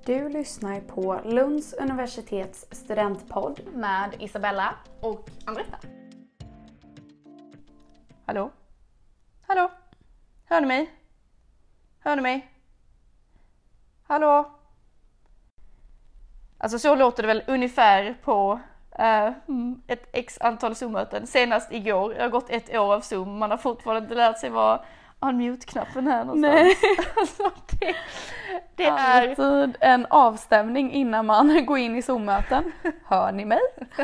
Du lyssnar på Lunds universitets studentpodd med Isabella och Andretta. Hallå? Hallå? Hör ni mig? Hör ni mig? Hallå? Alltså så låter det väl ungefär på ett x antal Zoom-möten. Senast igår, jag har gått 1 år av Zoom. Man har fortfarande inte lärt sig vad unmute-knappen är någonstans. Nej. Alltså det är alltid en avstämning innan man går in i Zoom-möten. Hör ni mig?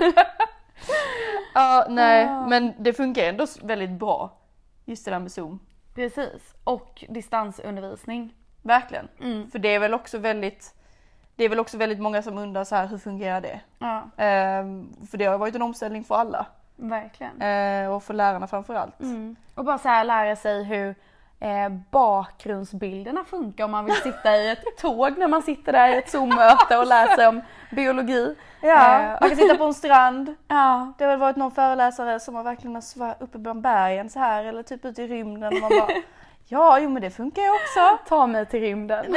Ja, nej, men det funkar ändå väldigt bra. Just det där med Zoom. Precis, och distansundervisning. Verkligen. För det är väl också väldigt många som undrar så här, hur fungerar det? Ja, För det har varit en omställning för alla. verkligen. Och för lärarna framförallt. Och bara så här lära sig hur bakgrundsbilderna funkar om man vill sitta i ett tåg när man sitter där i ett Zoom-möte och läser om biologi. Ja, man kan sitta på en strand. Ja. Det har väl varit någon föreläsare som har verkligen uppe bland bergen så här, eller typ ute i rymden. Och man bara, ja, jo men det funkar ju också. Ta mig till rymden.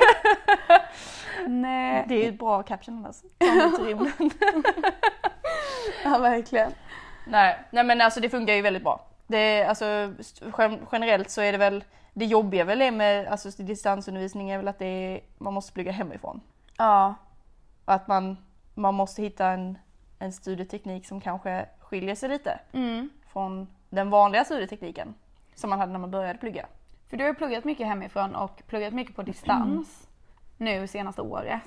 Nej. Det är ju ett bra caption alltså. Ta mig till rymden. Ja, verkligen. Nej men alltså det funkar ju väldigt bra. Det, alltså, generellt så är det väl, det jobbiga väl med alltså, distansundervisning är väl att man måste plugga hemifrån. Ja. Och att man måste hitta en studieteknik som kanske skiljer sig lite från den vanliga studietekniken som man hade när man började plugga. För du har pluggat mycket hemifrån och pluggat mycket på distans nu senaste året.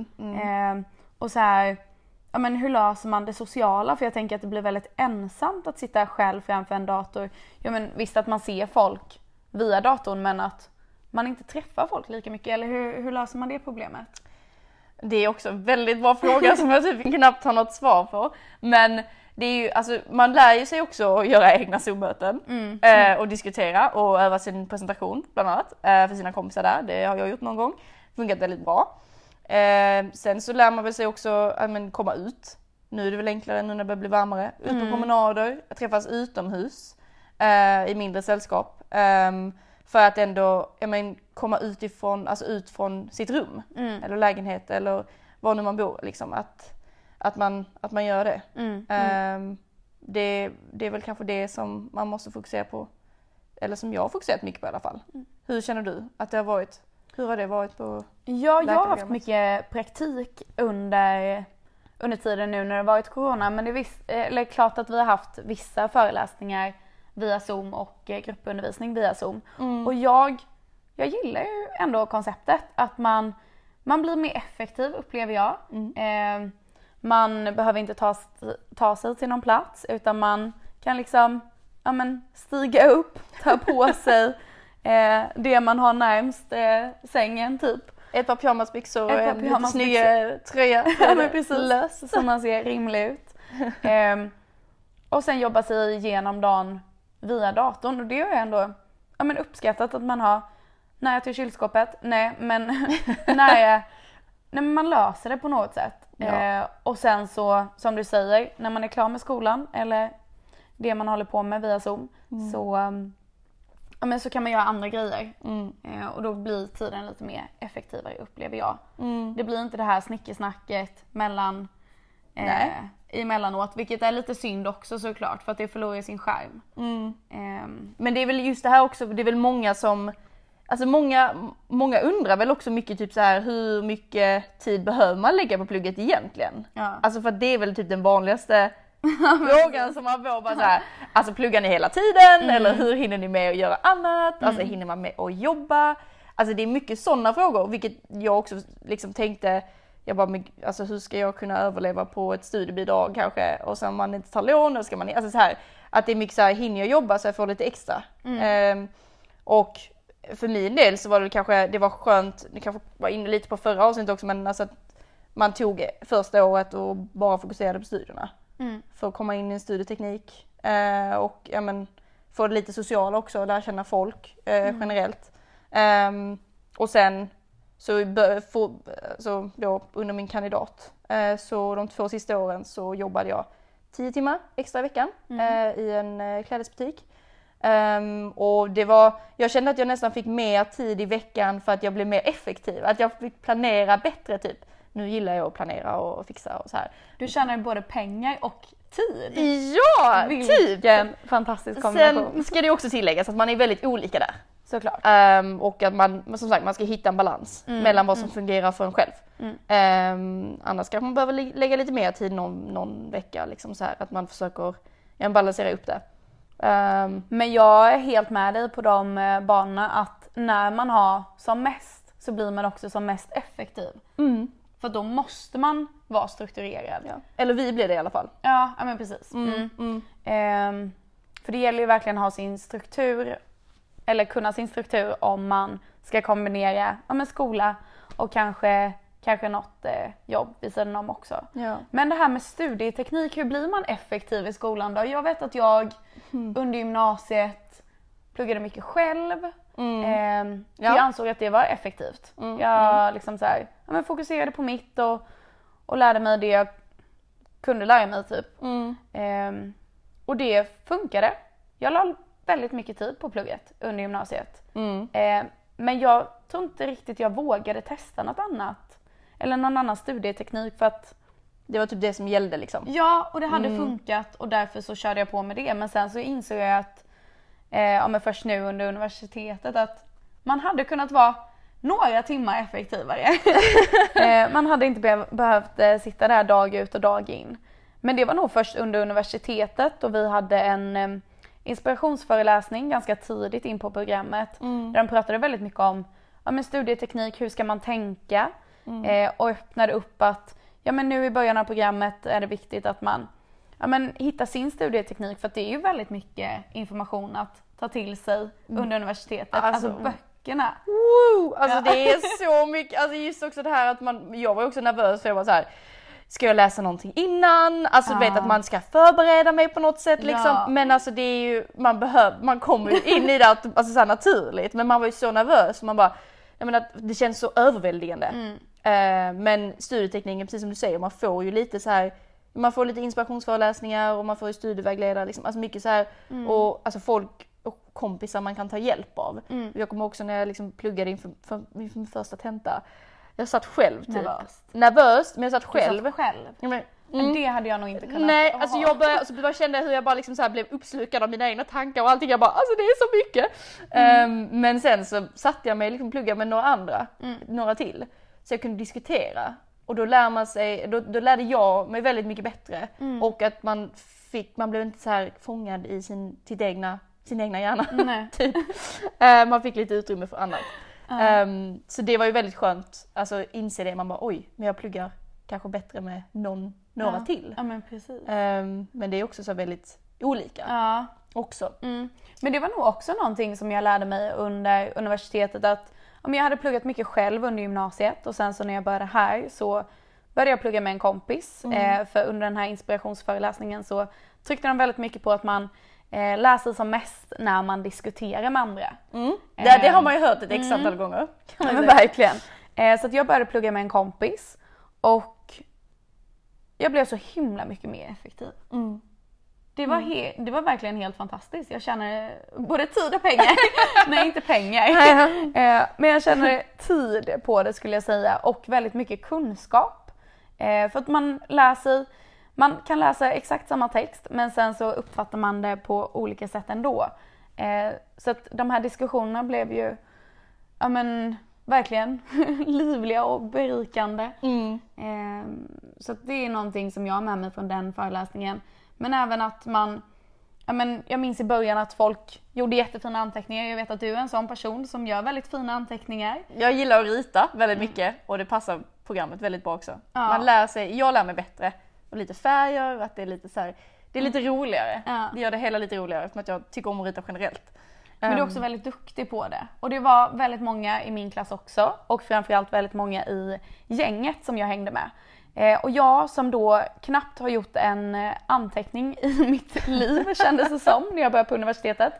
Och så här, ja, men hur löser man det sociala? För jag tänker att det blir väldigt ensamt att sitta själv framför en dator. Ja, men visst att man ser folk via datorn men att man inte träffar folk lika mycket. Eller hur löser man det problemet? Det är också en väldigt bra fråga som jag typ knappt har något svar på. Men det är ju, alltså, man lär ju sig också att göra egna Zoom-möten och diskutera och öva sin presentation bland annat för sina kompisar där. Det har jag gjort någon gång. Funkat väldigt bra. Sen så lär man väl sig också att komma ut. Nu är det väl enklare nu när det börjar bli varmare. Ut på promenader, träffas utomhus i mindre sällskap. För att ändå komma ut från sitt rum eller lägenhet eller var nu man bor. Liksom, att man gör det. Det är väl kanske det som man måste fokusera på. Eller som jag har fokuserat mycket på i alla fall. Hur känner du att det har varit? Hur har det varit på jag har haft mycket praktik under tiden nu när det har varit corona. Men det är klart att vi har haft vissa föreläsningar via Zoom och gruppundervisning via Zoom. Och jag gillar ju ändå konceptet att man blir mer effektiv, upplever jag. Man behöver inte ta sig till någon plats utan man kan liksom stiga upp, ta på sig det man har närmst sängen typ. Ett par pyjamasbyxor och en lite snygg tröja. Ja, men precis. Lös som man ser rimlig ut. Och sen jobba sig igenom dagen via datorn. Och det har jag ändå uppskattat att man har nära till kylskåpet. Nej, men man löser det på något sätt. Ja. Och sen så, som du säger, när man är klar med skolan eller det man håller på med via Zoom så kan man göra andra grejer. Och då blir tiden lite mer effektivare, upplever jag. Det blir inte det här snickesnacket emellanåt, vilket är lite synd också såklart för att det förlorar sin charm. Men det är väl just det här också, det är väl många som, alltså många undrar väl också mycket typ så här, hur mycket tid behöver man lägga på plugget egentligen? Ja. Alltså för att det är väl typ den vanligaste frågan som man får, bara så här, alltså pluggar ni hela tiden eller hur hinner ni med att göra annat? Alltså hinner man med att jobba? Alltså det är mycket sådana frågor, vilket jag också liksom tänkte, jag bara, alltså hur ska jag kunna överleva på ett studiebidrag kanske och sen man inte tar lån och ska man, alltså så här, att det är mycket så här, hinner jag jobba så jag får lite extra. Och för min del så var det var skönt, det kanske var inne lite på förra avsnittet också, men alltså att man tog första året och bara fokuserade på studierna. För att komma in i en studieteknik och få det lite social också och lära känna folk generellt. Och sen så då under min kandidat så de 2 sista åren så jobbade jag 10 timmar extra i veckan i en klädesbutik. Och jag kände att jag nästan fick mer tid i veckan för att jag blev mer effektiv. Att jag fick planera bättre typ. Nu gillar jag att planera och fixa och så här. Du tjänar både pengar och tid. Ja, Vilken fantastisk kombination. Sen ska det också tilläggas att man är väldigt olika där. Såklart. Och att man, som sagt, man ska hitta en balans mellan vad som fungerar för en själv. Annars kanske man behöver lägga lite mer tid någon vecka. Liksom så här, att man försöker balansera upp det. Men jag är helt med dig på de banorna att när man har som mest så blir man också som mest effektiv. För då måste man vara strukturerad. Ja. Eller vi blir det i alla fall. Ja, men precis. För det gäller ju verkligen att ha sin struktur, eller kunna sin struktur om man ska kombinera skola och kanske något jobb vid sidan om också. Ja. Men det här med studieteknik, hur blir man effektiv i skolan då? Jag vet att jag under gymnasiet pluggade mycket själv. Jag ansåg att det var effektivt. Jag liksom så här, fokuserade på mitt och lärde mig det jag kunde lära mig typ. Och det funkade. Jag la väldigt mycket tid på plugget under gymnasiet. Men jag tror inte riktigt jag vågade testa något annat. Eller någon annan studieteknik för att det var typ det som gällde liksom. Ja, och det hade funkat och därför så körde jag på med det. Men sen så insåg jag att men först nu under universitetet att man hade kunnat vara några timmar effektivare. Man hade inte behövt sitta där dag ut och dag in. Men det var nog först under universitetet och vi hade en inspirationsföreläsning ganska tidigt in på programmet. Där de pratade väldigt mycket om studieteknik, hur ska man tänka? Och öppnade upp att nu i början av programmet är det viktigt att man hittar sin studieteknik, för att det är ju väldigt mycket information att ta till sig under universitetet. Alltså böckerna. Alltså det är så mycket, alltså just också det här att jag var också nervös för jag var så här: ska jag läsa någonting innan? Alltså du vet att man ska förbereda mig på något sätt liksom. Men alltså det är ju, man kommer ju in i det alltså så här naturligt. Men man var ju så nervös. Man bara, jag menar, det känns så överväldigande. Men studietekniken, precis som du säger, man får ju lite så här, man får lite inspirationsföreläsningar och man får ju studievägledare liksom. Alltså mycket så här, och alltså folk och kompisar man kan ta hjälp av. Jag kommer också när jag liksom pluggade inför min första tenta. Jag satt själv typ. Nervöst, men jag satt själv. Du satt själv? Men det hade jag nog inte kunnat. Nej, alltså jag kände hur jag bara liksom så här blev uppslukad av mina egna tankar och allting. Jag bara, alltså det är så mycket. Men sen så satte jag mig liksom plugga med några andra, några till. Så jag kunde diskutera. Och då lär man sig, då lärde jag mig väldigt mycket bättre. Och att man blev inte så här fångad i sin egna hjärna. Typ. Man fick lite utrymme för annat. Så det var ju väldigt skönt, alltså inse det, man bara oj, men jag pluggar kanske bättre med några till. Ja, men precis. Men det är också så väldigt olika också. Men det var nog också någonting som jag lärde mig under universitetet, att om jag hade pluggat mycket själv under gymnasiet och sen så när jag började här så började jag plugga med en kompis. För under den här inspirationsföreläsningen så tryckte de väldigt mycket på att man läser som mest när man diskuterar med andra. Det har man ju hört ett x antal gånger. Men verkligen. Så att jag började plugga med en kompis och jag blev så himla mycket mer effektiv. Det var verkligen helt fantastiskt. Jag känner både tid och pengar. Nej, inte pengar. Men jag känner tid på det, skulle jag säga, och väldigt mycket kunskap. För att man kan läsa exakt samma text, men sen så uppfattar man det på olika sätt ändå. Så att de här diskussionerna blev ju verkligen livliga och berikande. Så att det är någonting som jag har med mig från den föreläsningen. Men även att jag minns i början att folk gjorde jättefina anteckningar. Jag vet att du är en sån person som gör väldigt fina anteckningar. Jag gillar att rita väldigt mycket och det passar programmet väldigt bra också. Jag lär mig bättre. Och lite färger, att det är lite så här, det är lite roligare. Det gör det hela lite roligare för att jag tycker om att rita generellt. Men du är också väldigt duktig på det. Och det var väldigt många i min klass också. Och framförallt väldigt många i gänget som jag hängde med. Och jag som då knappt har gjort en anteckning i mitt liv, kändes det som, när jag började på universitetet.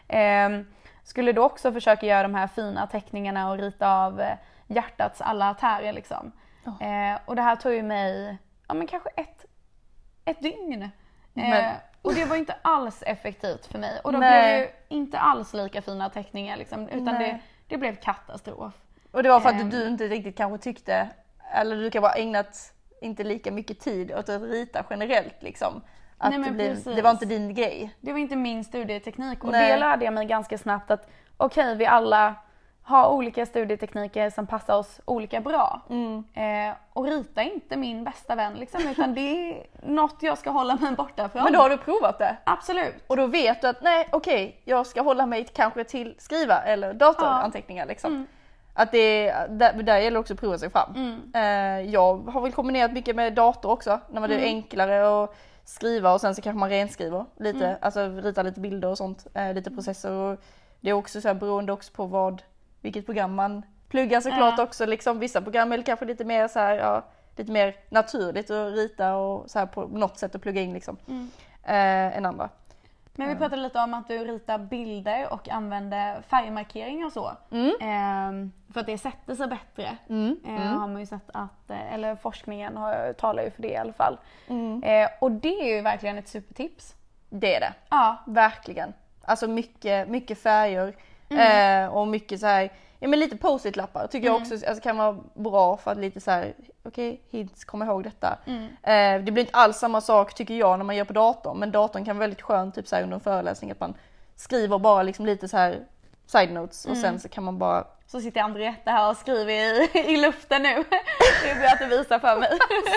Skulle då också försöka göra de här fina teckningarna och rita av hjärtats alla artärer liksom. Och det här tog ju mig kanske ett dygn. Och det var inte alls effektivt för mig. Och då Nej. blev det ju inte alls lika fina teckningar liksom, utan det blev katastrof. Och det var för att du inte riktigt kanske tyckte, eller du kan bara ägnat inte lika mycket tid åt att rita generellt liksom. Att det var inte din grej. Det var inte min studieteknik och det lärde jag mig ganska snabbt att okej, vi alla har olika studietekniker som passar oss olika bra. Och rita är inte min bästa vän liksom, utan det är något jag ska hålla mig borta från. Men då har du provat det? Absolut. Och då vet du att jag ska hålla mig kanske till skriva eller datoranteckningar liksom. Att där gäller också att prova sig fram. Jag har väl kombinerat mycket med dator också, när det är enklare att skriva och sen så kanske man renskriver lite, alltså ritar lite bilder och sånt, lite processer. Och det är också så här beroende också på vilket program man pluggar såklart också. Liksom, vissa program är kanske lite mer så här, lite mer naturligt att rita och så här på något sätt att plugga in liksom, än andra. Men vi pratade lite om att du ritar bilder och använder färgmarkering och så. För att det sätter sig bättre. Har man ju sett att, eller forskningen talar ju för det i alla fall. Och det är ju verkligen ett supertips. Det är det. Ja. Verkligen. Alltså mycket färger och mycket så här, men lite post-it-lappar tycker jag också alltså, kan vara bra för att lite så här, hints, kom ihåg detta. Det blir inte alls samma sak tycker jag när man gör på datorn, men datorn kan vara väldigt skönt typ så här under en föreläsning att man skriver bara liksom lite så här side notes och sen så kan man bara. Så sitter Andriette här och skriver i luften nu. Det är bra att du visar för mig.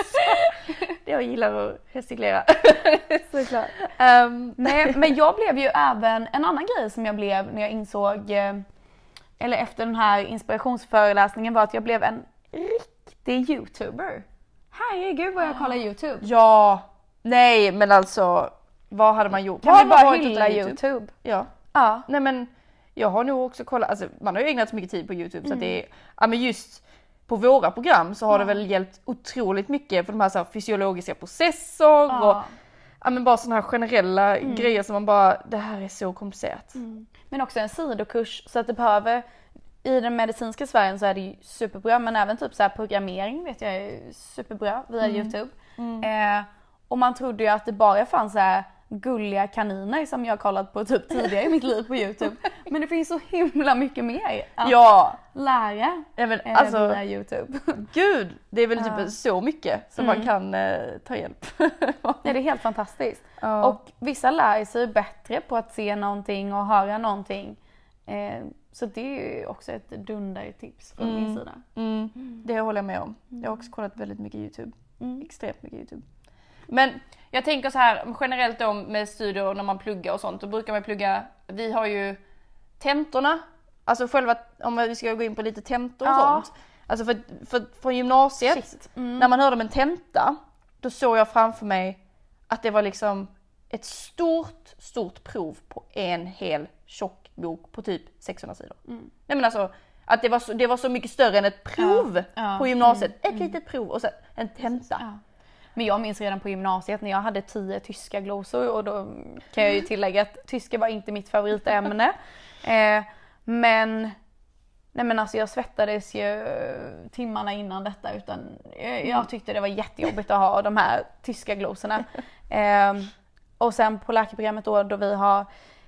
Jag gillar att gestikulera. Såklart. Nej, men jag blev ju även, en annan grej som jag blev när jag insåg, eller efter den här inspirationsföreläsningen, var att jag blev en riktig YouTuber. Herregud vad jag kollar YouTube. Ja, nej men alltså, vad hade man gjort? Kan vi bara hylla YouTube? Ja. Nej men jag har nog också kollat, alltså man har ju ägnat så mycket tid på YouTube så att det är, ja men just på våra program så har det väl hjälpt otroligt mycket för de här, så här fysiologiska processer och ja men bara sådana här generella grejer som man bara, det här är så komplicerat. Men också en sidokurs så att det behöver, i den medicinska sfären så är det ju superbra, men även typ så här programmering vet jag är superbra via YouTube. Och man trodde ju att det bara fanns så här gulliga kaniner som jag kollat på typ tidigare i mitt liv på YouTube. Men det finns så himla mycket mer att lära via YouTube. Gud, det är väl typ så mycket som man kan ta hjälp. Det är helt fantastiskt. Och vissa lär sig bättre på att se någonting och höra någonting. Så det är ju också ett dundertips från min sida. Det håller jag med om. Jag har också kollat väldigt mycket YouTube. Extremt mycket YouTube. Men jag tänker så här generellt då med studier när man pluggar och sånt, då brukar man plugga, vi har ju tentorna, alltså själva, om vi ska gå in på lite tentor och sånt. Alltså för från gymnasiet, när man hörde om en tenta, då såg jag framför mig att det var liksom ett stort prov på en hel tjock bok på typ 600 sidor. Nej men alltså, att det var så mycket större än ett prov på gymnasiet. Ett litet prov och så en tenta. Men jag minns redan på gymnasiet när jag hade 10 tyska glosor, och då kan jag ju tillägga att tyska var inte mitt favoritämne. Men alltså jag svettades ju timmarna innan detta, utan jag tyckte det var jättejobbigt att ha de här tyska glosorna. Och sen på läkarprogrammet då vi har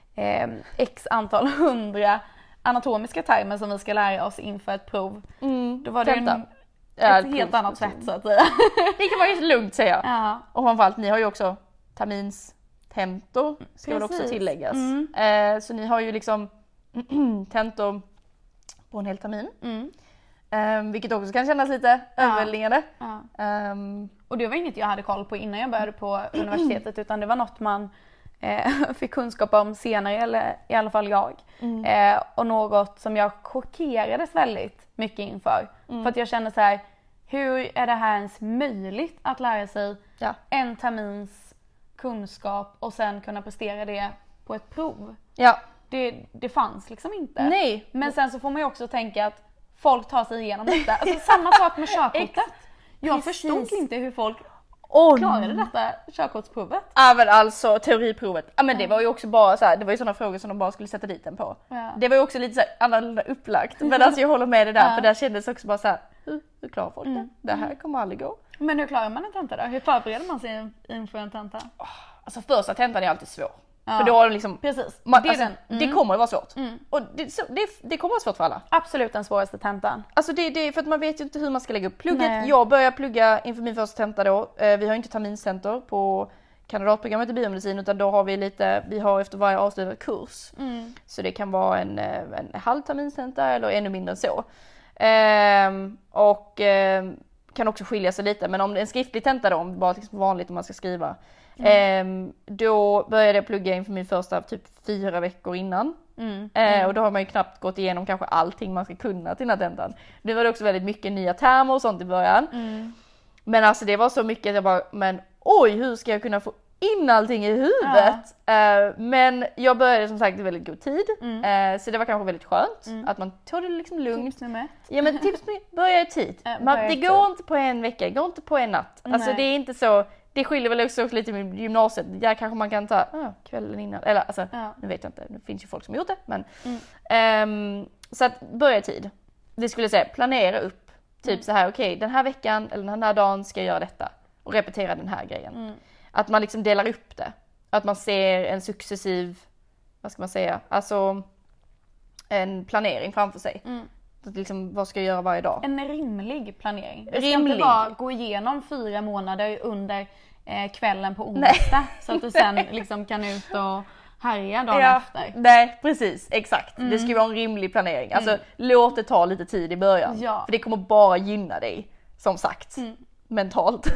x antal 100 anatomiska termer som vi ska lära oss inför ett prov. Då var det ett helt annat sätt så att säga. Det kan man ju lugnt säga. Och framförallt, ni har ju också terminstentor, ska väl också tilläggas. Så ni har ju liksom tentor på en hel termin. Vilket också kan kännas lite överväldigande. Och det var inget jag hade koll på innan jag började på universitetet, utan det var något man fick kunskap om senare, eller i alla fall jag. Och något som jag chockerades väldigt mycket inför. För att jag kände så här, hur är det här ens möjligt att lära sig en termins kunskap och sen kunna prestera det på ett prov? Det fanns liksom inte. Nej. Men sen så får man ju också tänka att folk tar sig igenom detta. Alltså samma sak med körkortet. Jag förstod inte hur folk klarade detta körkortsprovet. Ja men alltså teoriprovet. Ja men det var ju också bara så här, det var ju sådana frågor som de bara skulle sätta dit den på. Det var ju också lite så här annorlunda upplagt. Men alltså jag håller med det där, för där kändes också bara så här, hur klarar folk det? Det här kommer aldrig gå. Men hur klarar man en tenta då? Hur förbereder man sig inför en tenta? alltså första tentan är alltid svår. Ja. För då har liksom, Precis, det kommer att vara svårt. Och det kommer att vara svårt för alla. Absolut den svåraste tentan. Alltså det för att man vet ju inte hur man ska lägga upp plugget. Nej. Jag börjar plugga inför min första tenta då. Vi har inte terminscenter på kandidatprogrammet i biomedicin, utan då har vi har efter varje avslutad kurs. Så det kan vara en halv terminstenta eller ännu mindre än så. Kan också skilja sig lite, men om det är en skriftlig tenta då, bara liksom vanligt om man ska skriva. Då började jag plugga inför min första typ 4 veckor innan. Och då har man ju knappt gått igenom kanske allting man ska kunna till den här tentan. Det var också väldigt mycket nya termer och sånt i början. Men alltså det var så mycket att jag bara, men oj, hur ska jag kunna få in allting i huvudet? Men jag började som sagt i väldigt god tid. Så det var kanske väldigt skönt att man tog det liksom lugnt. Tips nummer 1. Ja, men börja i tid. Det går inte på en vecka, det går inte på en natt. Alltså det är inte så. Det skiljer väl också lite med gymnasiet. Där kanske man kan ta kvällen innan. Eller alltså, nu vet jag inte. Det finns ju folk som har gjort det. Men, så att börja i tid. Det skulle jag säga, planera upp. Typ så här, okej, den här veckan eller den här dagen ska jag göra detta. Och repetera den här grejen. Att man liksom delar upp det. Att man ser en successiv, vad ska man säga, alltså en planering framför sig. Att liksom, vad ska jag göra varje dag? En rimlig planering. Det ska inte bara gå igenom 4 månader under kvällen på onsdag. Så att du sen liksom kan ut och härja dagen efter. Nej, precis, exakt. Det ska vara en rimlig planering. Alltså låt det ta lite tid i början. Ja. För det kommer bara gynna dig, som sagt. Mentalt.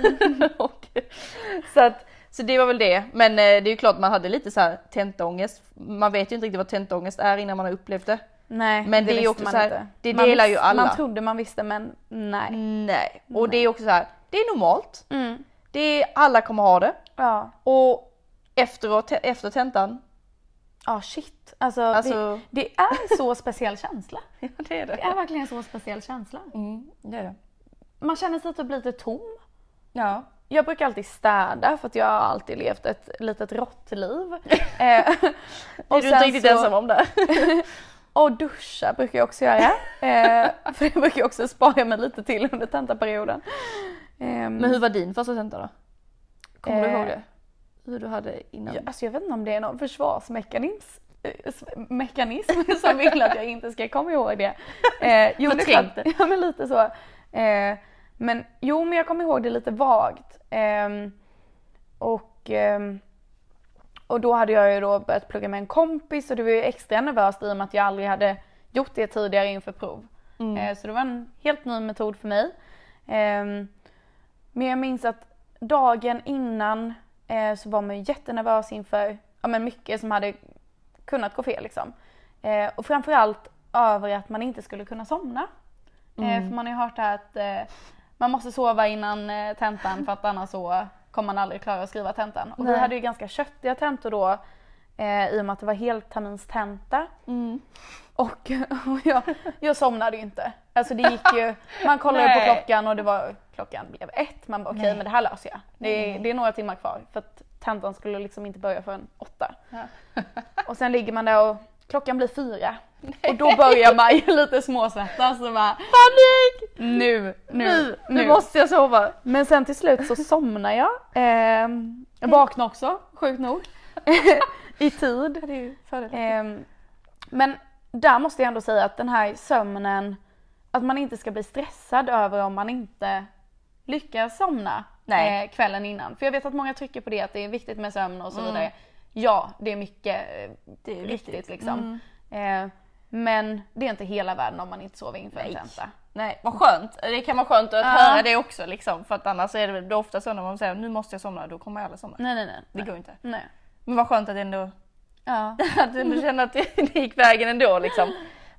Så det var väl det. Men det är ju klart man hade lite så här tentaångest. Man vet ju inte riktigt vad tentaångest är innan man har upplevt det. Nej, men det är ju också så här, det delar ju alla. Man trodde man visste, men nej. Nej. Och det är också så här, det är normalt. Alla kommer ha det. Ja. Och efter tentan. Ja, shit. Alltså det är så speciell känsla. Ja, det är det. Det är verkligen så speciell känsla. Det är det. Man känner sig typ lite tom. Ja. Jag brukar alltid städa för att jag har alltid levt ett litet råttliv. Och du är inte riktigt ensam om det. Och duscha brukar jag också göra. För det brukar jag också spara mig lite till under tentaperioden. Men hur var din första tenta då? Kommer du ihåg det? Hur du hade innan? Jag vet inte om det är någon försvarsmekanism som vill att jag inte ska komma ihåg det. Ja, men lite så. Men jag kommer ihåg det lite vagt. Och då hade jag ju då börjat plugga med en kompis och det var ju extra nervöst i och med att jag aldrig hade gjort det tidigare inför prov. Så det var en helt ny metod för mig. Men jag minns att dagen innan så var man ju jättenervös inför mycket som hade kunnat gå fel liksom. Och framförallt över att man inte skulle kunna somna. För man har ju hört att man måste sova innan tentan för att annars så kommer man aldrig klara att skriva tentan. Och vi hade ju ganska köttiga tentor då i och med att det var helterminstenta. Och jag somnade ju inte. Alltså det gick ju, man kollade på klockan och klockan blev 1. Man bara okej, men det här löser jag. Det är några timmar kvar för att tentan skulle liksom inte börja förrän 8. Ja. Och sen ligger man där och klockan blir 4. Och då börjar man ju lite småsvettas och bara panik! Nu måste jag sova. Men sen till slut så somnar jag. Jag vaknar också, sjukt nog. I tid. Det är ju men där måste jag ändå säga att den här sömnen, att man inte ska bli stressad över om man inte lyckas somna kvällen innan. För jag vet att många trycker på det, att det är viktigt med sömn och så vidare. Ja, det är mycket viktigt liksom. Men det är inte hela världen om man inte sover inför en tenta. Nej, vad skönt. Det kan vara skönt att höra det också liksom. För att annars är det ofta så när man säger nu måste jag somna, då kommer alla somna. Nej. Det går inte. Nej. Men vad skönt att ändå att du känner att det gick vägen ändå liksom.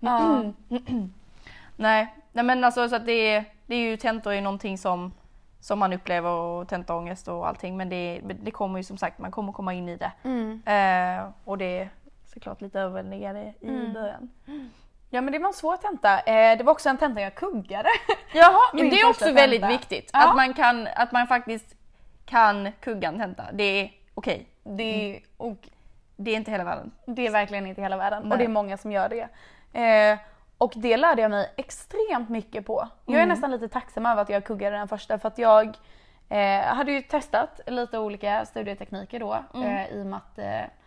Nej men alltså så att det är ju tentor är någonting som man upplever och tentaångest och allting, men det kommer ju som sagt, man kommer komma in i det. Och det är såklart lite överväldigande i början. Ja, men det var en svår tenta. Det var också en tenta jag kuggade. Jaha, det är också väldigt viktigt att man faktiskt kan kugga en tenta. Det är okej. Det är inte hela världen. Det är verkligen inte hela världen. Nej. Och det är många som gör det. Och det lärde jag mig extremt mycket på. Jag är nästan lite tacksam över att jag kuggade den första, för att jag hade ju testat lite olika studietekniker då i och med att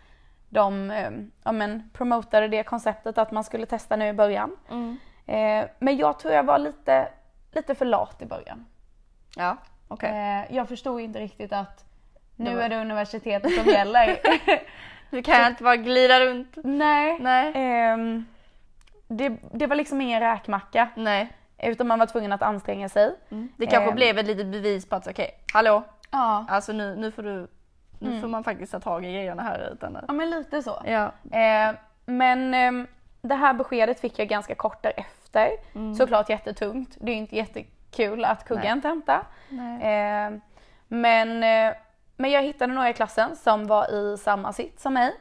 de promotade det konceptet att man skulle testa nu i början. Men jag tror jag var lite för lat i början. Ja, okej. Jag förstod inte riktigt att nu är det universitetet som gäller. Du kan inte bara glida runt. Nej. Det var liksom ingen räkmacka. Nej. Utan man var tvungen att anstränga sig. Det kanske blev ett litet bevis på att hallå. Ja. Alltså nu får man faktiskt ta tag i grejerna här utan. Ja, men lite så. Ja. Men det här beskedet fick jag ganska kort därefter. Såklart jättetungt. Det är ju inte jättekul att kugga en tenta. Men jag hittade några i klassen som var i samma sitt som mig.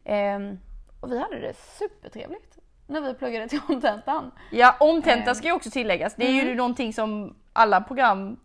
Och vi hade det supertrevligt när vi pluggade till omtentan. Ja, omtenta ska ju också tilläggas. Det är ju någonting som alla program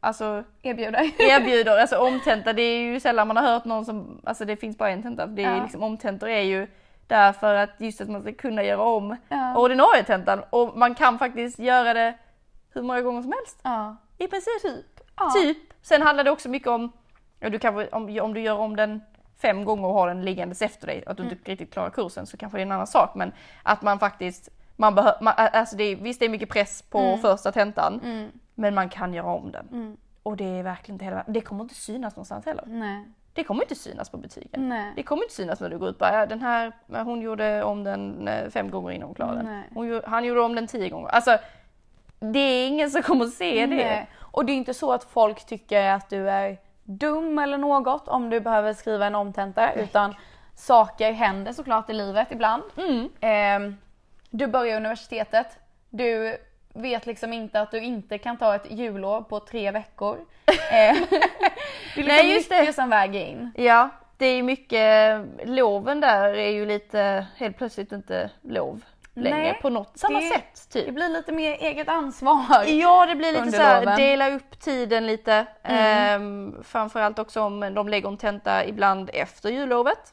erbjuder. Alltså omtenta, det är ju sällan man har hört någon som, alltså det finns bara en tenta. Det är liksom, omtentor är ju därför att just att man ska kunna göra om ordinarie tentan. Och man kan faktiskt göra det hur många gånger som helst. I princip. Typ. Sen handlar det också mycket om, du kanske, om du gör om den 5 gånger och har den liggandes efter dig, att du inte riktigt klarar kursen, så kanske det är en annan sak. Men att man faktiskt, alltså visst det är mycket press på första tentan, men man kan göra om den. Och det är verkligen inte hela, det kommer inte synas någonstans heller. Nej. Det kommer inte synas på betygen. Nej. Det kommer inte synas när du går ut bara, den här, hon gjorde om den 5 gånger innan hon klarade den. Han gjorde om den 10 gånger. Alltså, det är ingen som kommer att se det. Nej. Och det är inte så att folk tycker att du är dum eller något om du behöver skriva en omtenta, utan saker händer såklart i livet ibland. Du börjar universitetet, du vet liksom inte att du inte kan ta ett jullov på 3 veckor. Det är liksom mycket som väger in. Ja, det är mycket, loven där är ju lite helt plötsligt inte lov längre på något samma sätt typ. Det blir lite mer eget ansvar. Ja, det blir lite så här, dela upp tiden lite. Framförallt också om de lägger en tenta ibland efter jullovet.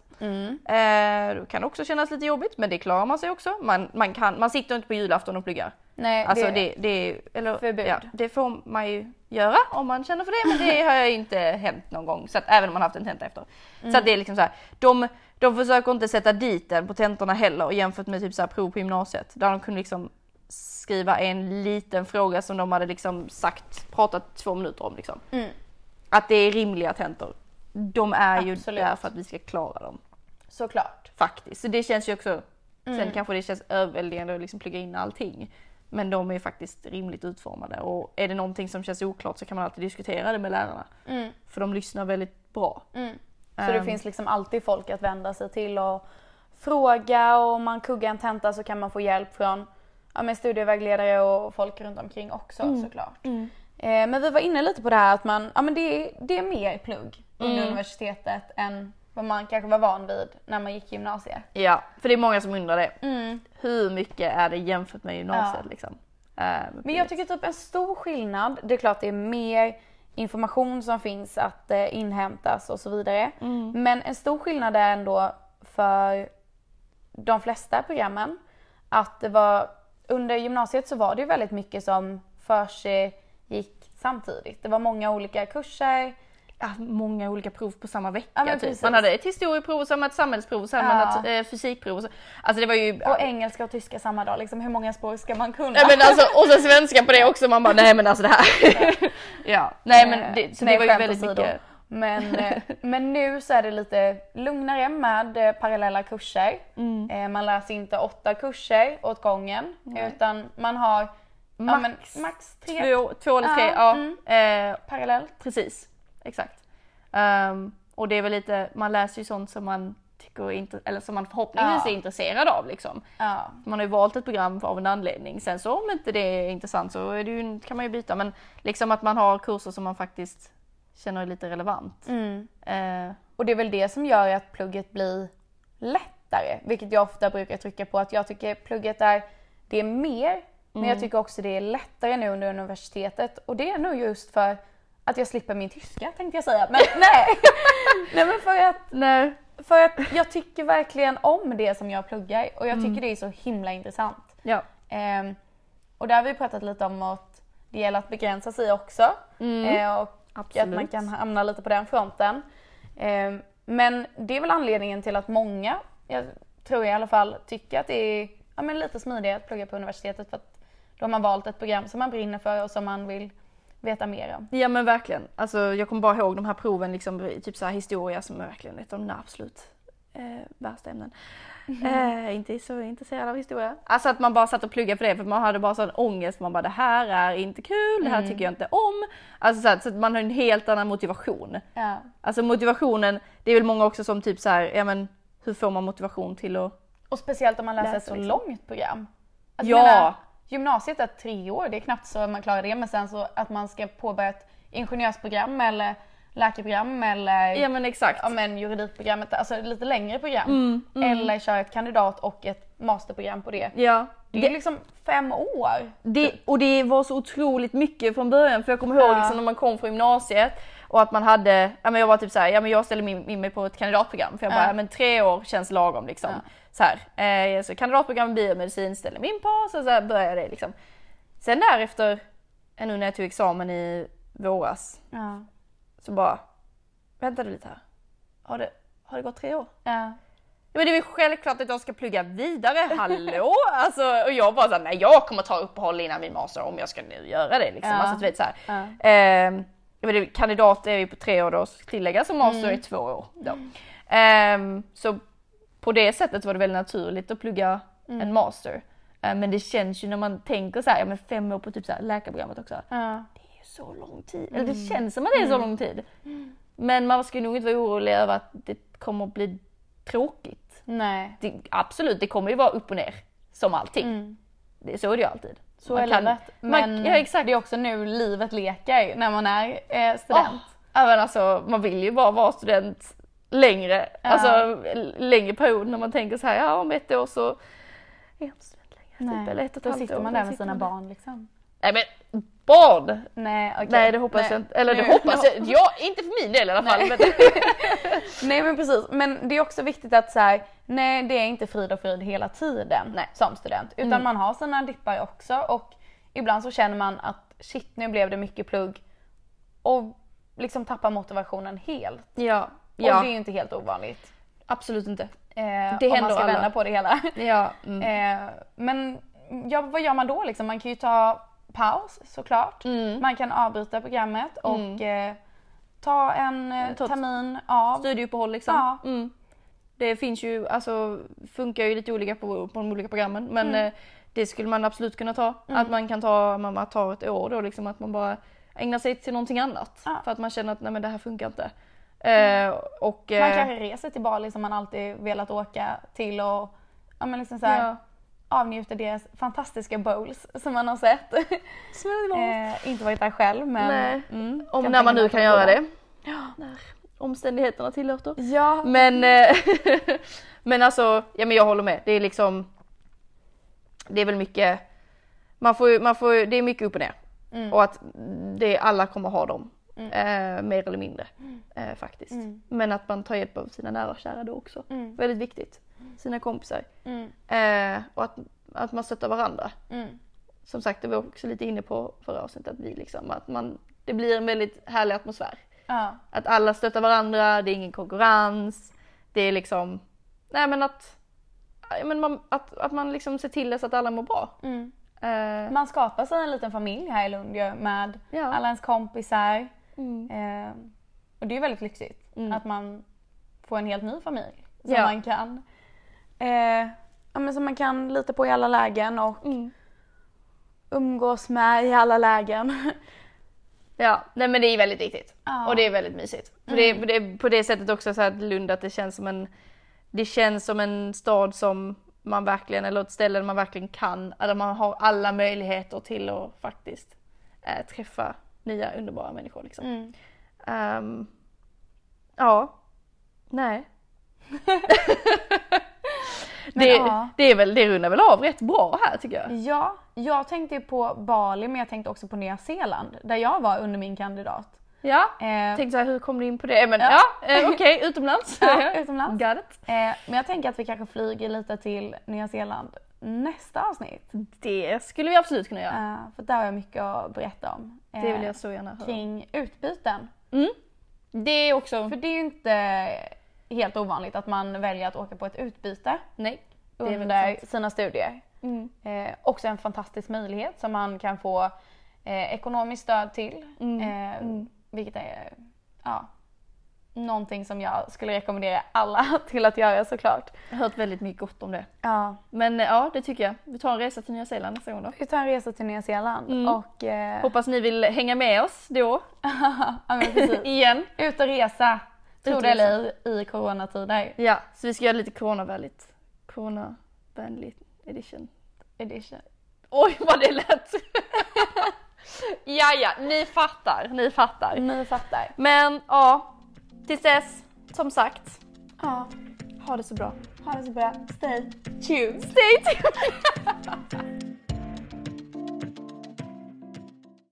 Det kan också kännas lite jobbigt, men det klarar man sig också. Man sitter inte på julafton och pluggar. Nej, alltså det är förbud. Ja, det får man ju göra om man känner för det, men det har ju inte hänt någon gång. Så att även om man haft en tenta efter. Så att det är liksom så här, de försöker inte sätta dit den på tentorna heller, jämfört med typ så här prov på gymnasiet. Där de kunde liksom skriva en liten fråga som de hade liksom pratat 2 minuter om liksom. Att det är rimliga tentor. De är ju där för att vi ska klara dem. Såklart. Faktiskt. Så det känns ju också, sen kanske det känns överväldigande att liksom plugga in allting. Men de är faktiskt rimligt utformade. Och är det någonting som känns oklart så kan man alltid diskutera det med lärarna. För de lyssnar väldigt bra. Så det finns liksom alltid folk att vända sig till och fråga. Och om man kuggar en tenta så kan man få hjälp från studievägledare och folk runt omkring också såklart. Men vi var inne lite på det här att det är mer plugg under universitetet än vad man kanske var van vid när man gick gymnasiet. Ja, för det är många som undrar det. Hur mycket är det jämfört med gymnasiet liksom? Men jag tycker typ en stor skillnad, det är klart det är mer information som finns att inhämtas och så vidare. Men en stor skillnad är ändå för de flesta programmen att det var, under gymnasiet så var det ju väldigt mycket som för sig gick samtidigt. Det var många olika kurser. Många olika prov på samma vecka. Typ. Man hade ett historieprov och ett samhällsprov och sen man hade ett fysikprov. Alltså det var ju, och engelska och tyska samma dag. Liksom, hur många språk ska man kunna? Ja, men alltså, och så svenska på det också. Man bara, nej men alltså det här. Så det var ju väldigt mycket. Men nu så är det lite lugnare med parallella kurser. Man läser inte 8 kurser åt gången. Utan man har max 3. 2 eller 3. Parallellt. Precis. Exakt. Och det är väl lite, man läser ju sånt som man tycker eller som man förhoppningsvis är intresserad av liksom. Man har ju valt ett program av en anledning. Sen så om inte det är intressant så är det ju, kan man ju byta, men liksom att man har kurser som man faktiskt känner är lite relevant. Och det är väl det som gör att plugget blir lättare, vilket jag ofta brukar trycka på, att jag tycker plugget det är mer, men jag tycker också det är lättare nu under universitetet, och det är nog just för att jag slipper min tyska, tänkte jag säga. Men nej men för att jag tycker verkligen om det som jag pluggar. Och jag tycker det är så himla intressant. Ja. Och där har vi pratat lite om att det gäller att begränsa sig också. Och Absolut. att man kan hamna lite på den fronten. Men det är väl anledningen till att många, jag tror i alla fall, tycker att det är lite smidigare att plugga på universitetet, för att då har man valt ett program som man brinner för och som man vill veta mer om. Ja men verkligen. Alltså jag kommer bara ihåg de här proven, liksom, typ så här historia, som är verkligen ett av de absolut värsta ämnen. Inte så intresserad av historia. Alltså att man bara satt och pluggade för det, för man hade bara sån ångest. Man bara, det här är inte kul, det här tycker jag inte om. Alltså så att man har en helt annan motivation. Ja. Alltså motivationen, det är väl många också som typ så här, ja men hur får man motivation till att... Och speciellt om man läser ett så liksom långt program. Alltså, ja! Gymnasiet är 3 år, det är knappt så man klarar det, men sen så att man ska påbörja ett ingenjörsprogram eller läkarprogram eller Ja men exakt. juridikprogrammet, alltså lite längre program. Eller köra ett kandidat och ett masterprogram på det. Ja. Det är liksom 5 år. Och det var så otroligt mycket från början, för jag kommer ihåg liksom, när man kom från gymnasiet och att man hade, jag var typ så här, jag ställde in mig på ett kandidatprogram, för jag bara, men 3 år känns lagom liksom. Så här, så kandidatprogram i biomedicin ställde mig in på, så började det liksom. Sen därefter, nu när jag tog examen i våras, så bara, vänta lite här, har det gått 3 år? Ja. Men det är väl självklart att jag ska plugga vidare, hallå? Alltså, och jag bara såhär, nej jag kommer ta uppehåll innan min master om jag ska nu göra det liksom. Alltså du vet såhär. Kandidat är ju på 3 år då, tilläggas, och master är 2 år då. Så på det sättet var det väldigt naturligt att plugga en master. Men det känns ju när man tänker såhär, men 5 år på typ såhär läkarprogrammet också. Det är ju så lång tid, eller det känns som att det är så lång tid. Men man ska nog inte vara orolig över att det kommer att bli tråkigt. Nej. Absolut, det kommer ju vara upp och ner som allting. Så är det ju alltid. Så är livet. Men exakt. Det är också nu livet leker när man är student. Men alltså, man vill ju bara vara student längre. Alltså längre period, när man tänker så här, om 1 år så är jag inte student längre. Nej, typ, eller 1,5 år. Då sitter man där med sina barn liksom. Nej men barn! Nej, okay. Nej, det hoppas jag inte. Eller det hoppas jag. Ja, inte för min del i alla fall. Men... Nej men precis. Men det är också viktigt att så här, nej det är inte frid och frid hela tiden som student. Utan man har sina dippar också. Och ibland så känner man att shit, nu blev det mycket plugg. Och liksom tappar motivationen helt. Ja. Och det är ju inte helt ovanligt. Absolut inte. Det om man ska vända på det hela. Ja. Men vad gör man då liksom? Man kan ju ta paus såklart. Man kan avbryta programmet och ta en termin av. Studieuppehåll liksom. Ja. Det finns ju, alltså funkar ju lite olika på de olika programmen. Men det skulle man absolut kunna ta. Att man kan ta, man tar ett år då liksom, att man bara ägnar sig till någonting annat. För att man känner att nej men det här funkar inte. Och, man kanske reser till Bali som man alltid velat åka till och liksom så här, avnjuter deras fantastiska bowls som man har sett. Inte varit där själv, men om när man nu kan göra det. När omständigheterna tillåter. Ja. Men alltså, men jag håller med. Det är liksom, det är väl mycket, man får det är mycket upp och ner. Och att alla kommer ha dem. Mer eller mindre faktiskt. Men att man tar hjälp av sina nära och kära då också. Väldigt viktigt. Sina kompisar. Och att man stöttar varandra. Som sagt, det var också lite inne på förra avsnittet att vi liksom, att det blir en väldigt härlig atmosfär. Att alla stöttar varandra, det är ingen konkurrens. Det är liksom, att man liksom ser till så att alla mår bra. Man skapar sig en liten familj här i Lund med alla ens kompisar. Och det är väldigt lyxigt att man får en helt ny familj som man kan som man kan lita på i alla lägen och umgås med i alla lägen. Ja, nej men det är väldigt viktigt. Och det är väldigt mysigt. För det är på det sättet också så att Lund, att det känns som en stad som man verkligen, eller ett ställe där man verkligen kan, där man har alla möjligheter till att faktiskt träffa nya underbara människor liksom. Nej. Det rundar väl av rätt bra här tycker jag. Ja, jag tänkte på Bali, men jag tänkte också på Nya Zeeland där jag var under min kandidat. Ja, tänkte så här, hur kom du in på det? Men okej, utomlands. Utomlands. Got it. Men jag tänker att vi kanske flyger lite till Nya Zeeland nästa avsnitt. Det skulle vi absolut kunna göra. För där har jag mycket att berätta om. Det vill jag så gärna höra. Kring utbyten. Det är också... För det är ju inte helt ovanligt att man väljer att åka på ett utbyte. Nej, det är under sina studier. Också en fantastisk möjlighet som man kan få ekonomiskt stöd till. Vilket är någonting som jag skulle rekommendera alla till att göra såklart. Jag har hört väldigt mycket gott om det. Ja. Men ja, det tycker jag. Vi tar en resa till Nya Zeeland nästa gång då. Vi tar en resa till Nya Zeeland. Och, hoppas ni vill hänga med oss då. Ja, men precis. Igen. Ut och resa. Tror det eller i coronatider. Ja, så vi ska göra lite coronavänligt. Coronavänligt edition. Oj, vad det lät. Ja, ni fattar. Men ja, tills dess, som sagt. Ja, ha det så bra. Stay tuned. Stay tuned.